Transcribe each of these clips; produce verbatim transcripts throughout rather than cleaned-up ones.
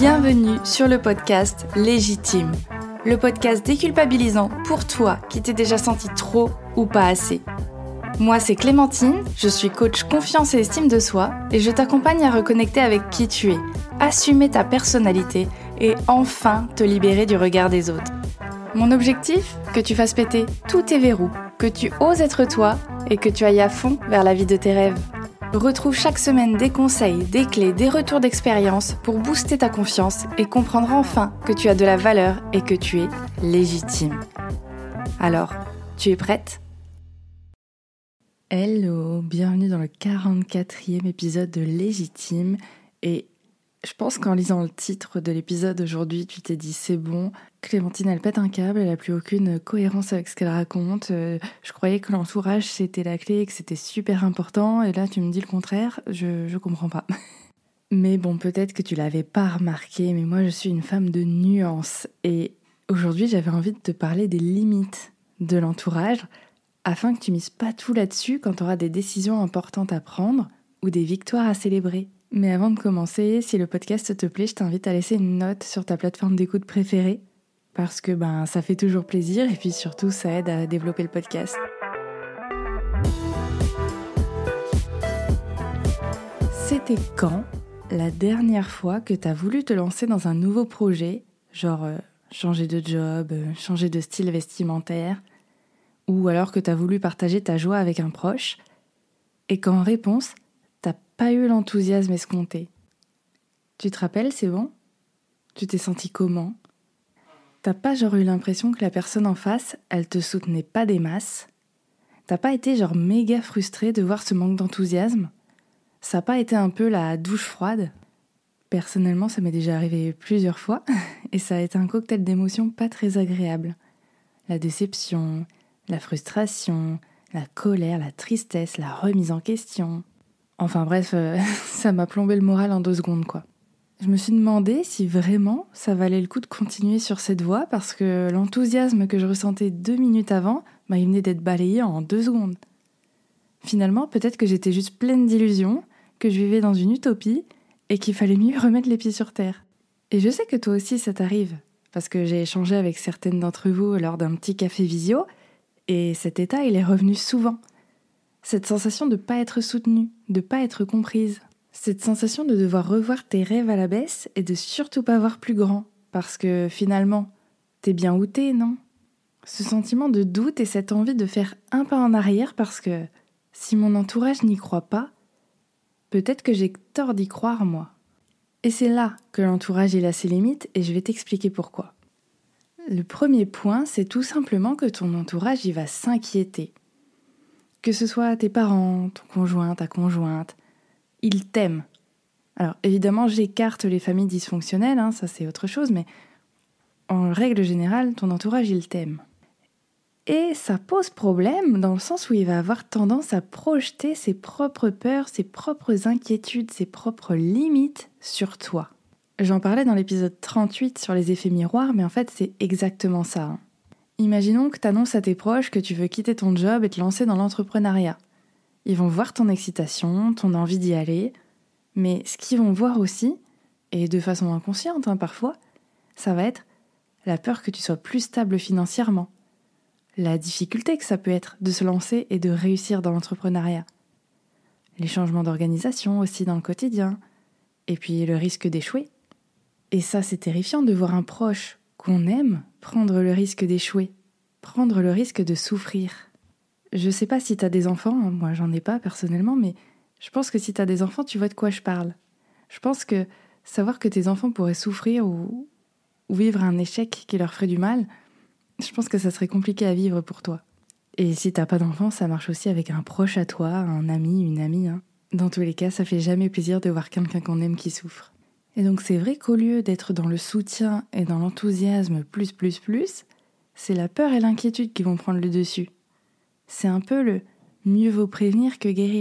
Bienvenue sur le podcast Légitime, le podcast déculpabilisant pour toi qui t'es déjà senti trop ou pas assez. Moi c'est Clémentine, je suis coach confiance et estime de soi et je t'accompagne à reconnecter avec qui tu es, assumer ta personnalité et enfin te libérer du regard des autres. Mon objectif, que tu fasses péter tous tes verrous, que tu oses être toi et que tu ailles à fond vers la vie de tes rêves. Retrouve chaque semaine des conseils, des clés, des retours d'expérience pour booster ta confiance et comprendre enfin que tu as de la valeur et que tu es légitime. Alors, tu es prête ? Hello, bienvenue dans le quarante-quatrième épisode de Légitime. Et je pense qu'en lisant le titre de l'épisode d'aujourd'hui, tu t'es dit c'est bon, Clémentine elle pète un câble, elle n'a plus aucune cohérence avec ce qu'elle raconte. Euh, je croyais que l'entourage c'était la clé et que c'était super important, et là tu me dis le contraire, je, je comprends pas. Mais bon, peut-être que tu l'avais pas remarqué, mais moi je suis une femme de nuances. Et aujourd'hui j'avais envie de te parler des limites de l'entourage, afin que tu mises pas tout là-dessus quand tu auras des décisions importantes à prendre ou des victoires à célébrer. Mais avant de commencer, si le podcast te plaît, je t'invite à laisser une note sur ta plateforme d'écoute préférée, parce que ben ça fait toujours plaisir et puis surtout ça aide à développer le podcast. C'était quand la dernière fois que t'as voulu te lancer dans un nouveau projet, genre euh, changer de job, euh, changer de style vestimentaire, ou alors que t'as voulu partager ta joie avec un proche, et qu'en réponse, t'as pas eu l'enthousiasme escompté. Tu te rappelles, c'est bon ? Tu t'es senti comment ? T'as pas genre eu l'impression que la personne en face, elle te soutenait pas des masses ? T'as pas été genre méga frustré de voir ce manque d'enthousiasme ? Ça a pas été un peu la douche froide ? Personnellement, ça m'est déjà arrivé plusieurs fois, et ça a été un cocktail d'émotions pas très agréable. La déception, la frustration, la colère, la tristesse, la remise en question. Enfin bref, euh, ça m'a plombé le moral en deux secondes, quoi. Je me suis demandé si vraiment ça valait le coup de continuer sur cette voie, parce que l'enthousiasme que je ressentais deux minutes avant, bah, il venait d'être balayé en deux secondes. Finalement, peut-être que j'étais juste pleine d'illusions, que je vivais dans une utopie, et qu'il fallait mieux remettre les pieds sur terre. Et je sais que toi aussi ça t'arrive, parce que j'ai échangé avec certaines d'entre vous lors d'un petit café visio, et cet état, il est revenu souvent. Cette sensation de pas être soutenue, de pas être comprise. Cette sensation de devoir revoir tes rêves à la baisse et de surtout pas voir plus grand. Parce que finalement, t'es bien où t'es, non ? Ce sentiment de doute et cette envie de faire un pas en arrière parce que si mon entourage n'y croit pas, peut-être que j'ai tort d'y croire, moi. Et c'est là que l'entourage il a ses limites et je vais t'expliquer pourquoi. Le premier point, c'est tout simplement que ton entourage il va s'inquiéter. Que ce soit tes parents, ton conjoint, ta conjointe, ils t'aiment. Alors évidemment, j'écarte les familles dysfonctionnelles, hein, ça c'est autre chose, mais en règle générale, ton entourage, il t'aime. Et ça pose problème dans le sens où il va avoir tendance à projeter ses propres peurs, ses propres inquiétudes, ses propres limites sur toi. J'en parlais dans l'épisode trente-huit sur les effets miroirs, mais en fait c'est exactement ça. Hein. Imaginons que tu annonces à tes proches que tu veux quitter ton job et te lancer dans l'entrepreneuriat. Ils vont voir ton excitation, ton envie d'y aller, mais ce qu'ils vont voir aussi, et de façon inconsciente hein, parfois, ça va être la peur que tu sois plus stable financièrement, la difficulté que ça peut être de se lancer et de réussir dans l'entrepreneuriat, les changements d'organisation aussi dans le quotidien, et puis le risque d'échouer. Et ça, c'est terrifiant de voir un proche qu'on aime prendre le risque d'échouer, prendre le risque de souffrir. Je sais pas si t'as des enfants, hein, moi j'en ai pas personnellement, mais je pense que si t'as des enfants, tu vois de quoi je parle. Je pense que savoir que tes enfants pourraient souffrir ou, ou vivre un échec qui leur ferait du mal, je pense que ça serait compliqué à vivre pour toi. Et si t'as pas d'enfants, ça marche aussi avec un proche à toi, un ami, une amie. Hein. Dans tous les cas, ça fait jamais plaisir de voir quelqu'un qu'on aime qui souffre. Et donc c'est vrai qu'au lieu d'être dans le soutien et dans l'enthousiasme plus plus plus, c'est la peur et l'inquiétude qui vont prendre le dessus. C'est un peu le « mieux vaut prévenir que guérir ».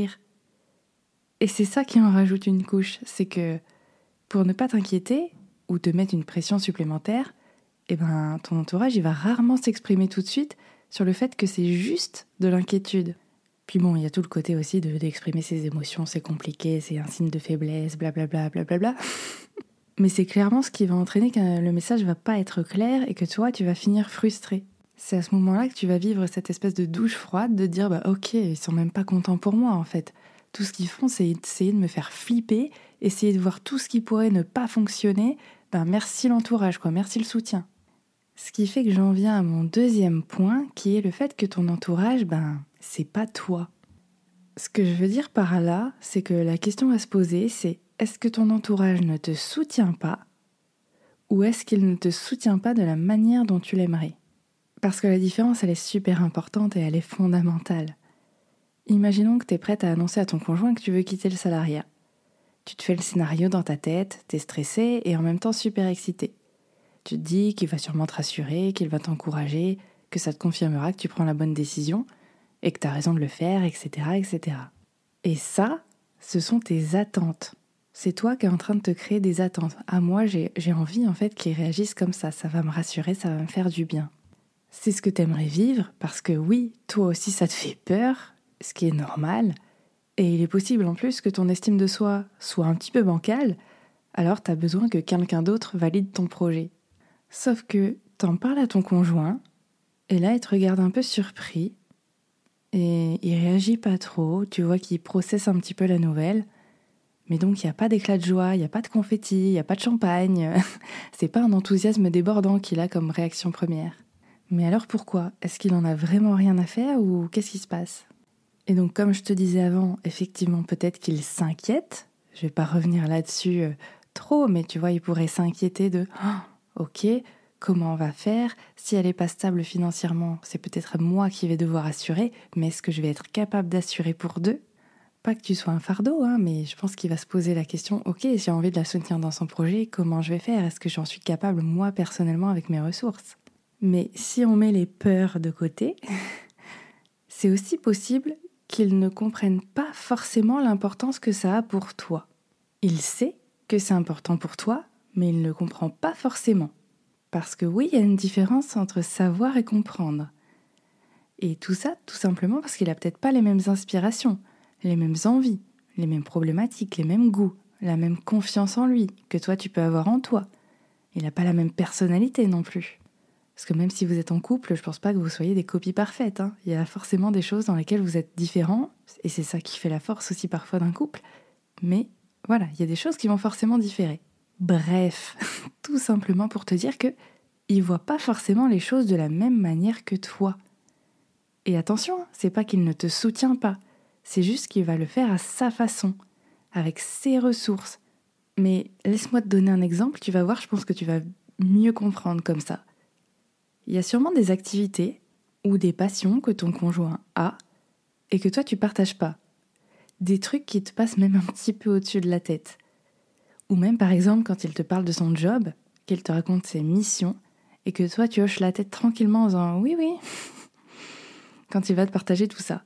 Et c'est ça qui en rajoute une couche, c'est que pour ne pas t'inquiéter ou te mettre une pression supplémentaire, eh ben, ton entourage il va rarement s'exprimer tout de suite sur le fait que c'est juste de l'inquiétude. Puis bon, il y a tout le côté aussi de, d'exprimer ses émotions, c'est compliqué, c'est un signe de faiblesse, blablabla, blablabla. Mais c'est clairement ce qui va entraîner que le message va pas être clair et que toi, tu vas finir frustré. C'est à ce moment-là que tu vas vivre cette espèce de douche froide de dire bah ok, ils sont même pas contents pour moi en fait. Tout ce qu'ils font, c'est essayer de me faire flipper, essayer de voir tout ce qui pourrait ne pas fonctionner. Ben merci l'entourage, quoi, merci le soutien. Ce qui fait que j'en viens à mon deuxième point, qui est le fait que ton entourage, ben c'est pas toi. Ce que je veux dire par là, c'est que la question à se poser, c'est est-ce que ton entourage ne te soutient pas ou est-ce qu'il ne te soutient pas de la manière dont tu l'aimerais ? Parce que la différence, elle est super importante et elle est fondamentale. Imaginons que tu es prête à annoncer à ton conjoint que tu veux quitter le salariat. Tu te fais le scénario dans ta tête, t'es stressée et en même temps super excitée. Tu te dis qu'il va sûrement te rassurer, qu'il va t'encourager, que ça te confirmera que tu prends la bonne décision et que tu as raison de le faire, et cetera, et cetera. Et ça, ce sont tes attentes. C'est toi qui es en train de te créer des attentes. Ah, moi, j'ai, j'ai envie en fait qu'ils réagissent comme ça. Ça va me rassurer, ça va me faire du bien. C'est ce que tu aimerais vivre parce que oui, toi aussi ça te fait peur, ce qui est normal. Et il est possible en plus que ton estime de soi soit un petit peu bancale, alors tu as besoin que quelqu'un d'autre valide ton projet. Sauf que t'en parles à ton conjoint, et là il te regarde un peu surpris, et il réagit pas trop, tu vois qu'il processe un petit peu la nouvelle, mais donc il n'y a pas d'éclat de joie, il n'y a pas de confetti, il n'y a pas de champagne, c'est pas un enthousiasme débordant qu'il a comme réaction première. Mais alors pourquoi ? Est-ce qu'il en a vraiment rien à faire ou qu'est-ce qui se passe ? Et donc comme je te disais avant, effectivement peut-être qu'il s'inquiète, je vais pas revenir là-dessus euh, trop, mais tu vois, il pourrait s'inquiéter de oh, « Ok, comment on va faire ? Si elle n'est pas stable financièrement, c'est peut-être moi qui vais devoir assurer, mais est-ce que je vais être capable d'assurer pour deux ?» Pas que tu sois un fardeau, hein, mais je pense qu'il va se poser la question « Ok, j'ai envie de la soutenir dans son projet, comment je vais faire ? Est-ce que j'en suis capable moi personnellement avec mes ressources ?» Mais si on met les peurs de côté, c'est aussi possible qu'ils ne comprennent pas forcément l'importance que ça a pour toi. Il sait que c'est important pour toi, mais il ne le comprend pas forcément. Parce que oui, il y a une différence entre savoir et comprendre. Et tout ça, tout simplement parce qu'il n'a peut-être pas les mêmes inspirations, les mêmes envies, les mêmes problématiques, les mêmes goûts, la même confiance en lui que toi tu peux avoir en toi. Il n'a pas la même personnalité non plus. Parce que même si vous êtes en couple, je pense pas que vous soyez des copies parfaites, hein. Il y a forcément des choses dans lesquelles vous êtes différents, et c'est ça qui fait la force aussi parfois d'un couple. Mais voilà, il y a des choses qui vont forcément différer. Bref, tout simplement pour te dire que il voit pas forcément les choses de la même manière que toi. Et attention, c'est pas qu'il ne te soutient pas, c'est juste qu'il va le faire à sa façon, avec ses ressources. Mais laisse-moi te donner un exemple, tu vas voir, je pense que tu vas mieux comprendre comme ça. Il y a sûrement des activités ou des passions que ton conjoint a et que toi tu partages pas. Des trucs qui te passent même un petit peu au-dessus de la tête. Ou même par exemple quand il te parle de son job, qu'il te raconte ses missions et que toi tu hoches la tête tranquillement en disant oui oui quand il va te partager tout ça.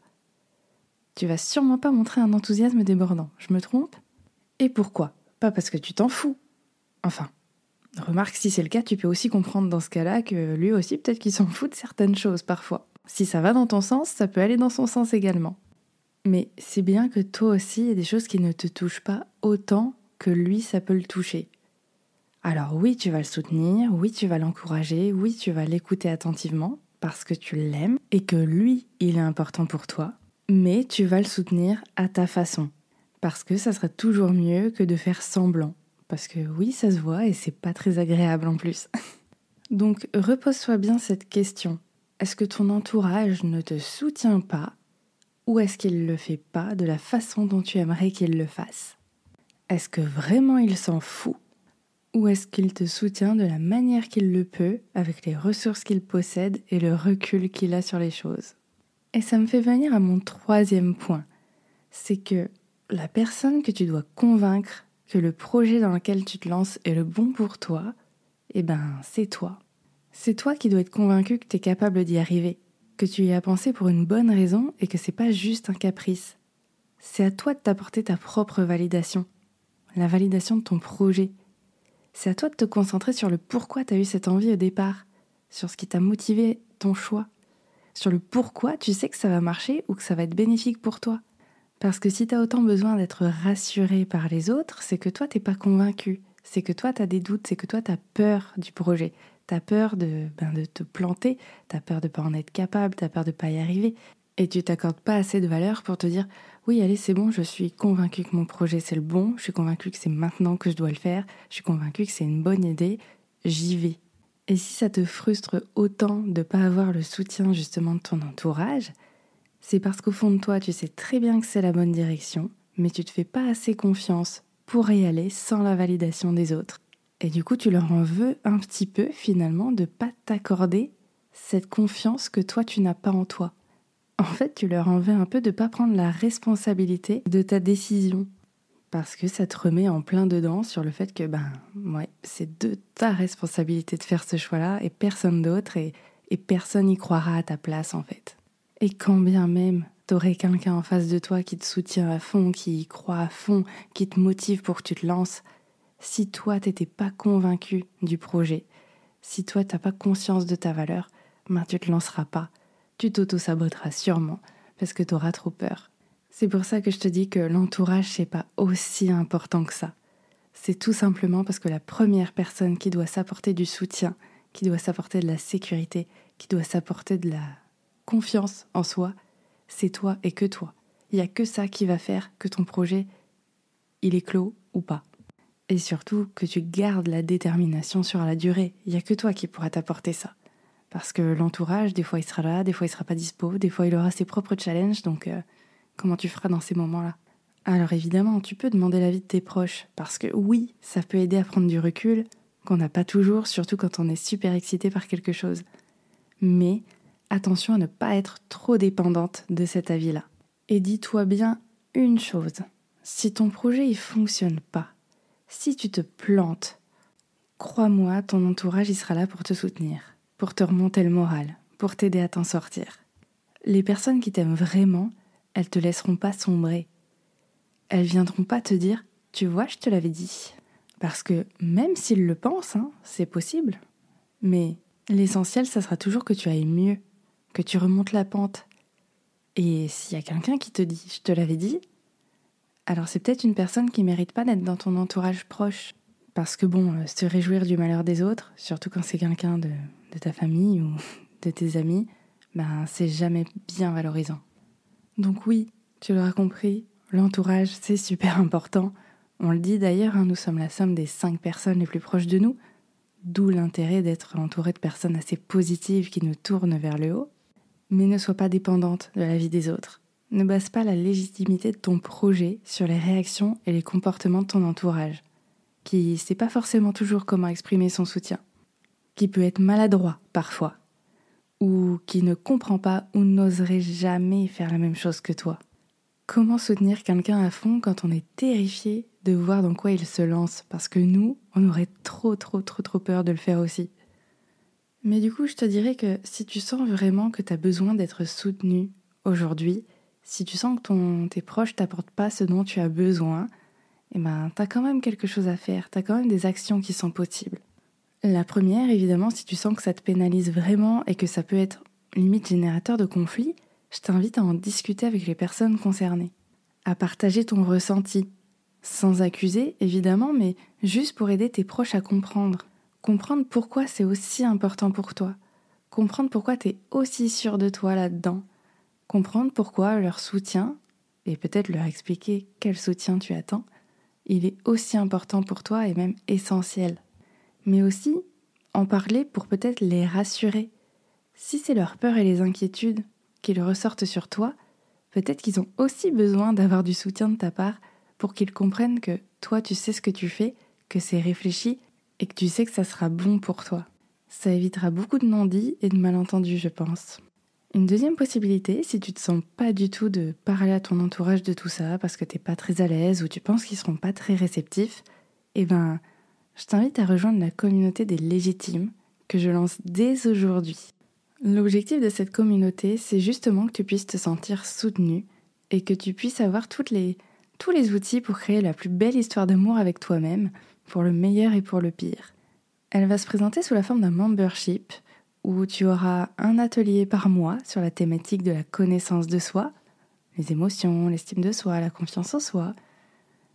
Tu vas sûrement pas montrer un enthousiasme débordant, je me trompe ? Et pourquoi ? Pas parce que tu t'en fous. Enfin, remarque, si c'est le cas, tu peux aussi comprendre dans ce cas-là que lui aussi, peut-être qu'il s'en fout de certaines choses parfois. Si ça va dans ton sens, ça peut aller dans son sens également. Mais c'est bien que toi aussi, il y a des choses qui ne te touchent pas autant que lui, ça peut le toucher. Alors oui, tu vas le soutenir, oui, tu vas l'encourager, oui, tu vas l'écouter attentivement parce que tu l'aimes et que lui, il est important pour toi, mais tu vas le soutenir à ta façon parce que ça sera toujours mieux que de faire semblant. Parce que oui, ça se voit et c'est pas très agréable en plus. Donc repose-toi bien cette question. Est-ce que ton entourage ne te soutient pas ou est-ce qu'il le fait pas de la façon dont tu aimerais qu'il le fasse ? Est-ce que vraiment il s'en fout ou est-ce qu'il te soutient de la manière qu'il le peut avec les ressources qu'il possède et le recul qu'il a sur les choses ? Et ça me fait venir à mon troisième point. C'est que la personne que tu dois convaincre que le projet dans lequel tu te lances est le bon pour toi, eh ben, c'est toi. C'est toi qui dois être convaincu que tu es capable d'y arriver, que tu y as pensé pour une bonne raison et que c'est pas juste un caprice. C'est à toi de t'apporter ta propre validation, la validation de ton projet. C'est à toi de te concentrer sur le pourquoi tu as eu cette envie au départ, sur ce qui t'a motivé ton choix, sur le pourquoi tu sais que ça va marcher ou que ça va être bénéfique pour toi. Parce que si tu as autant besoin d'être rassuré par les autres, c'est que toi, t'es pas convaincu. c'est que toi, tu as des doutes, c'est que toi, tu as peur du projet. Tu as peur de, ben, de te planter, tu as peur de ne pas en être capable, tu as peur de ne pas y arriver. Et tu t'accordes pas assez de valeur pour te dire « Oui, allez, c'est bon, je suis convaincue que mon projet, c'est le bon. Je suis convaincue que c'est maintenant que je dois le faire. Je suis convaincue que c'est une bonne idée. J'y vais. » Et si ça te frustre autant de ne pas avoir le soutien justement de ton entourage, c'est parce qu'au fond de toi, tu sais très bien que c'est la bonne direction, mais tu te fais pas assez confiance pour y aller sans la validation des autres. Et du coup, tu leur en veux un petit peu finalement de pas t'accorder cette confiance que toi, tu n'as pas en toi. En fait, tu leur en veux un peu de pas prendre la responsabilité de ta décision. Parce que ça te remet en plein dedans sur le fait que ben ouais, c'est de ta responsabilité de faire ce choix-là et personne d'autre et, et personne n'y croira à ta place en fait. Et quand bien même t'aurais quelqu'un en face de toi qui te soutient à fond, qui y croit à fond, qui te motive pour que tu te lances, si toi t'étais pas convaincu du projet, si toi t'as pas conscience de ta valeur, ben tu te lanceras pas, tu t'auto-saboteras sûrement parce que t'auras trop peur. C'est pour ça que je te dis que l'entourage, c'est pas aussi important que ça. C'est tout simplement parce que la première personne qui doit s'apporter du soutien, qui doit s'apporter de la sécurité, qui doit s'apporter de la confiance en soi, c'est toi et que toi. Il n'y a que ça qui va faire que ton projet, il est clos ou pas. Et surtout que tu gardes la détermination sur la durée. Il n'y a que toi qui pourra t'apporter ça. Parce que l'entourage, des fois il sera là, des fois il sera pas dispo, des fois il aura ses propres challenges, donc... Euh, Comment tu feras dans ces moments-là ? Alors évidemment, tu peux demander l'avis de tes proches, parce que oui, ça peut aider à prendre du recul, qu'on n'a pas toujours, surtout quand on est super excité par quelque chose. Mais attention à ne pas être trop dépendante de cet avis-là. Et dis-toi bien une chose, si ton projet ne fonctionne pas, si tu te plantes, crois-moi, ton entourage il sera là pour te soutenir, pour te remonter le moral, pour t'aider à t'en sortir. Les personnes qui t'aiment vraiment, elles te laisseront pas sombrer. Elles viendront pas te dire « Tu vois, je te l'avais dit ». Parce que même s'ils le pensent, hein, c'est possible. Mais l'essentiel, ça sera toujours que tu ailles mieux, que tu remontes la pente. Et s'il y a quelqu'un qui te dit « Je te l'avais dit », alors c'est peut-être une personne qui mérite pas d'être dans ton entourage proche. Parce que bon, se réjouir du malheur des autres, surtout quand c'est quelqu'un de, de ta famille ou de tes amis, ben c'est jamais bien valorisant. Donc oui, tu l'auras compris, l'entourage, c'est super important. On le dit d'ailleurs, hein, nous sommes la somme des cinq personnes les plus proches de nous, d'où l'intérêt d'être entouré de personnes assez positives qui nous tournent vers le haut. Mais ne sois pas dépendante de la vie des autres. Ne base pas la légitimité de ton projet sur les réactions et les comportements de ton entourage, qui ne sait pas forcément toujours comment exprimer son soutien, qui peut être maladroit parfois, ou qui ne comprend pas ou n'oserait jamais faire la même chose que toi. Comment soutenir quelqu'un à fond quand on est terrifié de voir dans quoi il se lance, parce que nous, on aurait trop trop trop trop peur de le faire aussi. Mais du coup, je te dirais que si tu sens vraiment que tu as besoin d'être soutenu aujourd'hui, si tu sens que ton, tes proches t'apportent pas ce dont tu as besoin, eh ben, tu as quand même quelque chose à faire, tu as quand même des actions qui sont possibles. La première, évidemment, si tu sens que ça te pénalise vraiment et que ça peut être limite générateur de conflits, je t'invite à en discuter avec les personnes concernées, à partager ton ressenti, sans accuser évidemment, mais juste pour aider tes proches à comprendre. Comprendre pourquoi c'est aussi important pour toi, comprendre pourquoi tu es aussi sûr de toi là-dedans, comprendre pourquoi leur soutien, et peut-être leur expliquer quel soutien tu attends, il est aussi important pour toi et même essentiel. Mais aussi en parler pour peut-être les rassurer. Si c'est leurs peurs et les inquiétudes qu'ils ressortent sur toi, peut-être qu'ils ont aussi besoin d'avoir du soutien de ta part pour qu'ils comprennent que toi tu sais ce que tu fais, que c'est réfléchi et que tu sais que ça sera bon pour toi. Ça évitera beaucoup de non-dits et de malentendus, je pense. Une deuxième possibilité, si tu te sens pas du tout de parler à ton entourage de tout ça parce que t'es pas très à l'aise ou tu penses qu'ils seront pas très réceptifs, eh ben, je t'invite à rejoindre la communauté des légitimes que je lance dès aujourd'hui. L'objectif de cette communauté, c'est justement que tu puisses te sentir soutenu et que tu puisses avoir toutes les, tous les outils pour créer la plus belle histoire d'amour avec toi-même, pour le meilleur et pour le pire. Elle va se présenter sous la forme d'un membership où tu auras un atelier par mois sur la thématique de la connaissance de soi, les émotions, l'estime de soi, la confiance en soi.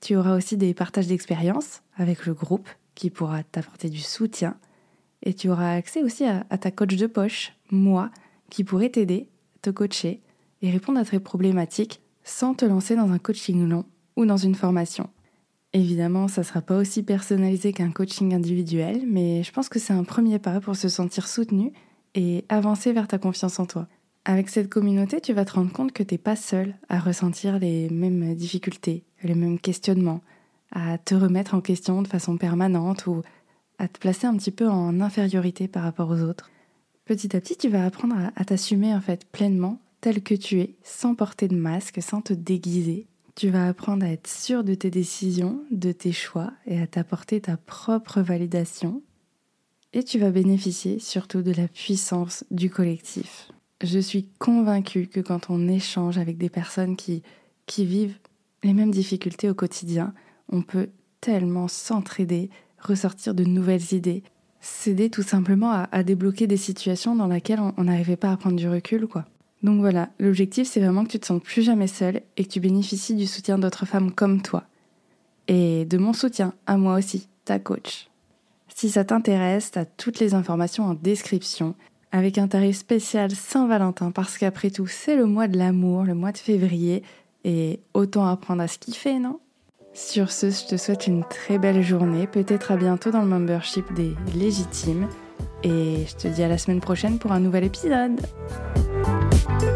Tu auras aussi des partages d'expériences avec le groupe qui pourra t'apporter du soutien. Et tu auras accès aussi à, à ta coach de poche, moi, qui pourrait t'aider, te coacher et répondre à tes problématiques sans te lancer dans un coaching long ou dans une formation. Évidemment, ça ne sera pas aussi personnalisé qu'un coaching individuel, mais je pense que c'est un premier pas pour se sentir soutenu et avancer vers ta confiance en toi. Avec cette communauté, tu vas te rendre compte que tu n'es pas seul à ressentir les mêmes difficultés, les mêmes questionnements, à te remettre en question de façon permanente ou à te placer un petit peu en infériorité par rapport aux autres. Petit à petit, tu vas apprendre à, à t'assumer en fait pleinement tel que tu es, sans porter de masque, sans te déguiser. Tu vas apprendre à être sûr de tes décisions, de tes choix et à t'apporter ta propre validation. Et tu vas bénéficier surtout de la puissance du collectif. Je suis convaincue que quand on échange avec des personnes qui, qui vivent les mêmes difficultés au quotidien, on peut tellement s'entraider, ressortir de nouvelles idées, s'aider tout simplement à, à débloquer des situations dans lesquelles on n'arrivait pas à prendre du recul, quoi. Donc voilà, l'objectif c'est vraiment que tu te sentes plus jamais seule et que tu bénéficies du soutien d'autres femmes comme toi. Et de mon soutien, à moi aussi, ta coach. Si ça t'intéresse, t'as toutes les informations en description, avec un tarif spécial Saint-Valentin, parce qu'après tout, c'est le mois de l'amour, le mois de février, et autant apprendre à se kiffer, non ? Sur ce, je te souhaite une très belle journée, peut-être à bientôt dans le membership des Légitimes, et je te dis à la semaine prochaine pour un nouvel épisode.